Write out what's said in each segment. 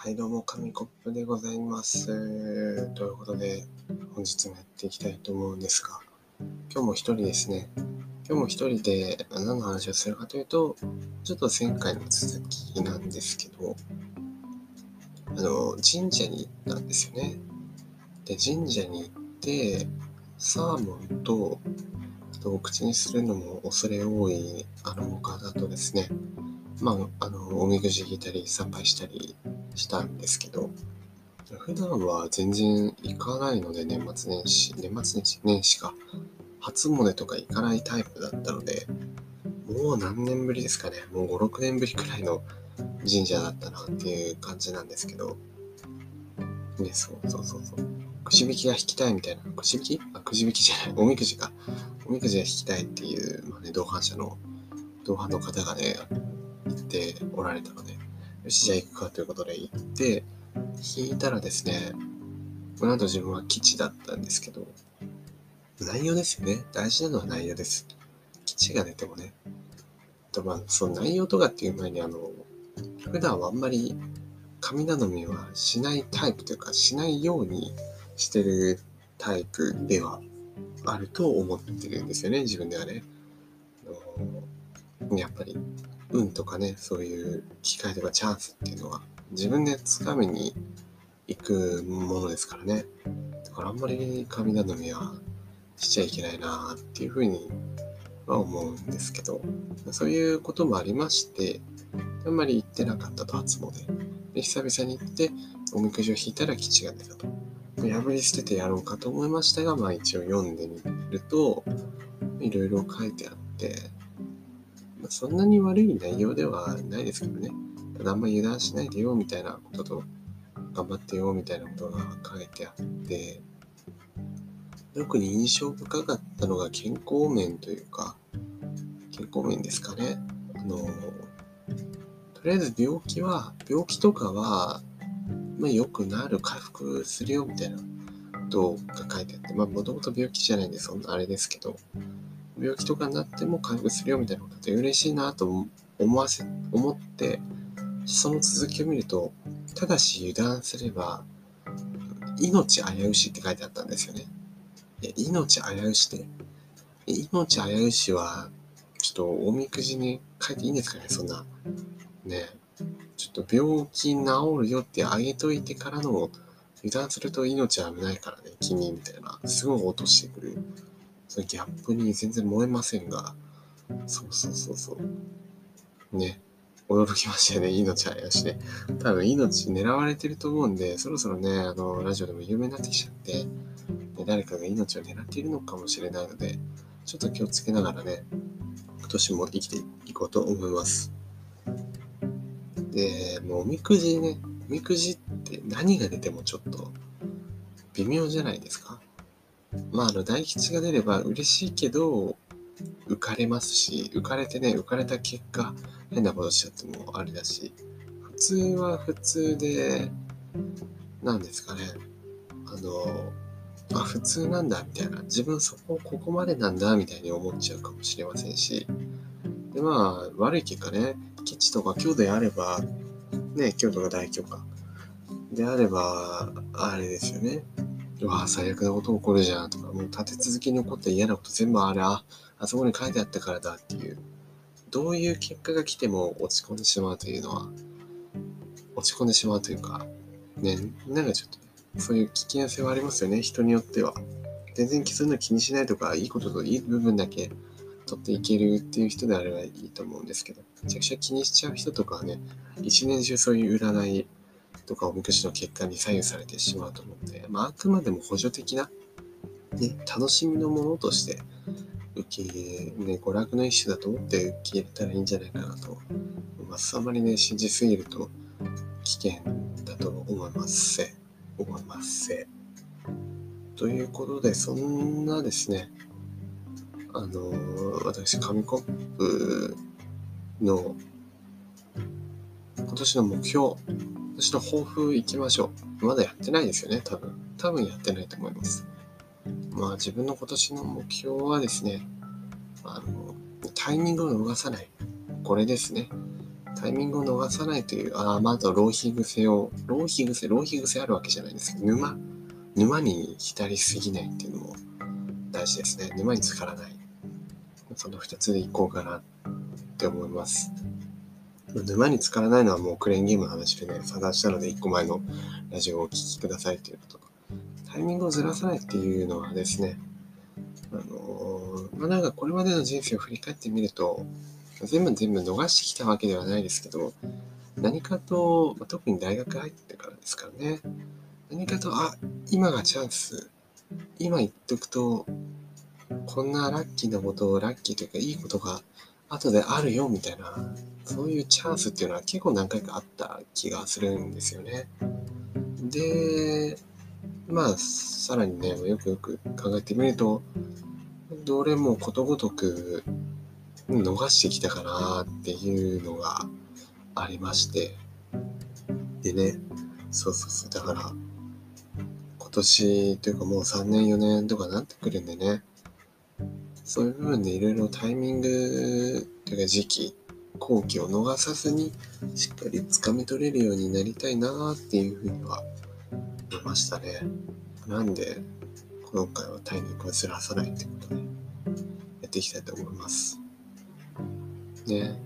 はい、どうも、紙コップでございます。ということで、本日もやっていきたいと思うんですが、今日も一人ですね。今日も一人で何の話をするかというと、ちょっと前回の続きなんですけど、神社に行ったんですよね。で、神社に行って、サーモンと、口にするのも恐れ多い方とですね、おみくじ引いたり参拝したりしたんですけど、普段は全然行かないので、年始か、初詣とか行かないタイプだったので、もう何年ぶりですかね、もう5、6年ぶりくらいの神社だったなっていう感じなんですけど、ね、そう。くじ引きが引きたいみたいな、くじ引きじゃない、おみくじか。おみくじが引きたいっていう、同伴の方がね、行っておられたので、よし、じゃあ行くかということで行って、引いたらですね、なんと自分は吉だったんですけど、内容ですよね。大事なのは内容です。吉が出てもね。その内容とかっていう前に、普段はあんまり神頼みはしないタイプというか、しないようにしてるタイプではあると思ってるんですよね、自分ではね。やっぱり、運とかね、そういう機会とかチャンスっていうのは、自分で掴みに行くものですからね。だからあんまり神頼みはしちゃいけないなっていうふうには思うんですけど、そういうこともありまして、あんまり行ってなかったと、初詣で。久々に行って、おみくじを引いたら吉が出たと。破り捨ててやろうかと思いましたが、一応読んでみると、いろいろ書いてあって、そんなに悪い内容ではないですけどね。ただあんまり油断しないでよみたいなことと、頑張ってよみたいなことが書いてあって、特に印象深かったのが健康面というか、健康面ですかね。とりあえず病気とかは、良くなる、回復するよみたいなことが書いてあって、もともと病気じゃないんで、そんなあれですけど、病気とかになっても回復するよみたいなことで嬉しいなと思って、その続きを見ると、ただし油断すれば、命危うしって書いてあったんですよね。命危うしで、命危うしは、ちょっとおみくじに書いていいんですかね、そんな。ね。ちょっと病気治るよってあげといてからの、油断すると命危ないからね、君みたいな、すごい落としてくる。そのギャップに全然燃えませんが、そう。ね。驚きましたよね、命危うしで。多分命狙われてると思うんで、そろそろね、ラジオでも有名になってきちゃって、誰かが命を狙っているのかもしれないので、ちょっと気をつけながらね、今年も生きていこうと思います。で、もうおみくじって何が出てもちょっと微妙じゃないですか。大吉が出れば嬉しいけど、浮かれますし、浮かれた結果、変なことしちゃってもあれだし、普通は普通で、なんですかね、普通なんだみたいな、自分ここまでなんだみたいに思っちゃうかもしれませんし、で悪い結果ね、吉とか強であれば、ね、強とか大凶か。であれば、あれですよね。最悪なこと起こるじゃんとか、もう立て続けに起こった嫌なこと全部あそこに書いてあったからだっていう、どういう結果が来ても落ち込んでしまうというか、ね、なんかちょっと、そういう危険性はありますよね、人によっては。全然そういうの気にしないとか、いいことといい部分だけ取っていけるっていう人であればいいと思うんですけど、めちゃくちゃ気にしちゃう人とかはね、一年中そういう占いとかおみくじの結果に左右されてしまうと思うので、あくまでも補助的な、ね、楽しみのものとして娯楽の一種だと思って受け入れたらいいんじゃないかなと思います。あまりね、信じすぎると危険だと思います。ということで、そんなですね、私、紙コップの今年の目標、今年の抱負いきましょう。まだやってないですよね、多分やってないと思います。自分の今年の目標はですね、タイミングを逃さない。これですね。 タイミングを逃さないという、あと浪費癖あるわけじゃないんですけど、沼に浸りすぎないっていうのも大事ですね。沼に浸からない。その2つでいこうかなって思います。沼に浸からないのはもうクレーンゲームの話でね、探したので1個前のラジオをお聞きくださいということ。タイミングをずらさないっていうのはですね、なんかこれまでの人生を振り返ってみると、全部逃してきたわけではないですけど、何かと、特に大学入ってからですからね、何かと、今がチャンス、今言っとくと、こんなラッキーというかいいことが後であるよみたいな、そういうチャンスっていうのは結構何回かあった気がするんですよね。で、さらにね、よく考えてみると、どれもことごとく逃してきたかなっていうのがありまして。でね、だから、今年というかもう3年4年とかなってくるんでね、そういう部分でいろいろタイミングというか時期、好機を逃さずにしっかり掴み取れるようになりたいなっていうふうには思いましたね。なんで、今回はタイミングをずらさないってことでやっていきたいと思います。ね、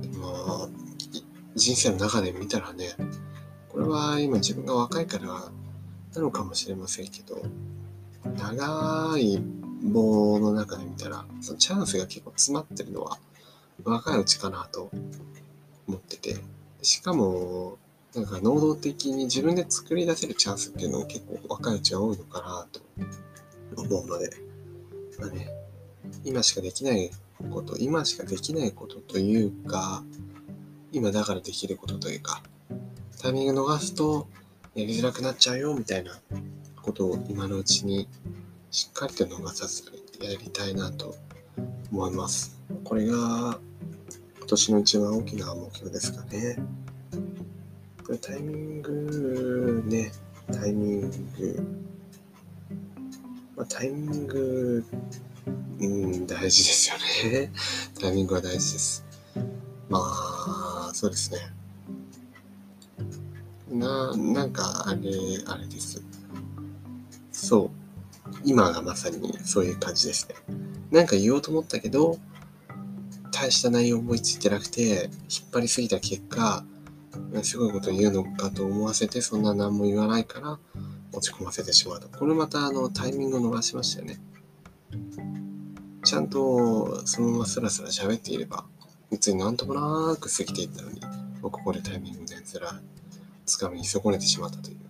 人生の中で見たらね、これは今自分が若いからなのかもしれませんけど、長い棒の中で見たら、そのチャンスが結構詰まってるのは若いうちかなと思ってて、しかもなんか能動的に自分で作り出せるチャンスっていうのも結構若いうちは多いのかなと思うので、今しかできないことというか、今だからできることというか、タイミング逃すとやりづらくなっちゃうよみたいなことを今のうちにしっかりと逃さずやりたいなと思います。これが今年の一番大きな目標ですかね。これタイミング、大事ですよね。タイミングは大事です。そうですね。なんかあれです。そう。今がまさにそういう感じですね。なんか言おうと思ったけど、大した内容思いついてなくて、引っ張りすぎた結果、すごいこと言うのかと思わせて、そんな何も言わないから落ち込ませてしまうと。これまたタイミングを逃しましたよね。ちゃんとそのままスラスラ喋っていれば、別になんともなく過ぎていったのに、ここでタイミングで掴み損ねてしまったという。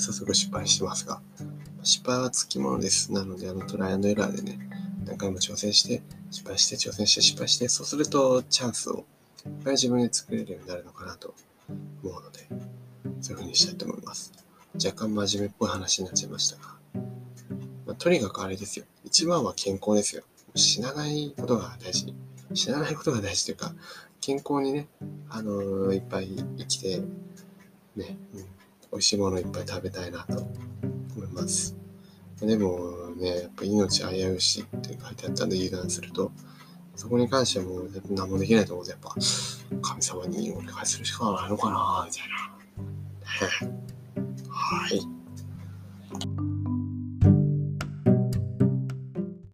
早速失敗してますが、失敗はつきものです。なので、トライアンドエラーでね、何回も挑戦して、失敗して、挑戦して、失敗して、そうするとチャンスを自分で作れるようになるのかなと思うので、そういう風にしたいと思います。若干真面目っぽい話になっちゃいましたが、とにかくあれですよ。一番は健康ですよ。死なないことが大事というか、健康にね、いっぱい生きて、ね、美味しいものをいっぱい食べたいなと思います。でもね、やっぱ命危うしって書いてあったんで油断すると、そこに関してはもう何もできないと思うと、やっぱ神様にお願いするしかないのかなみたいな。はい。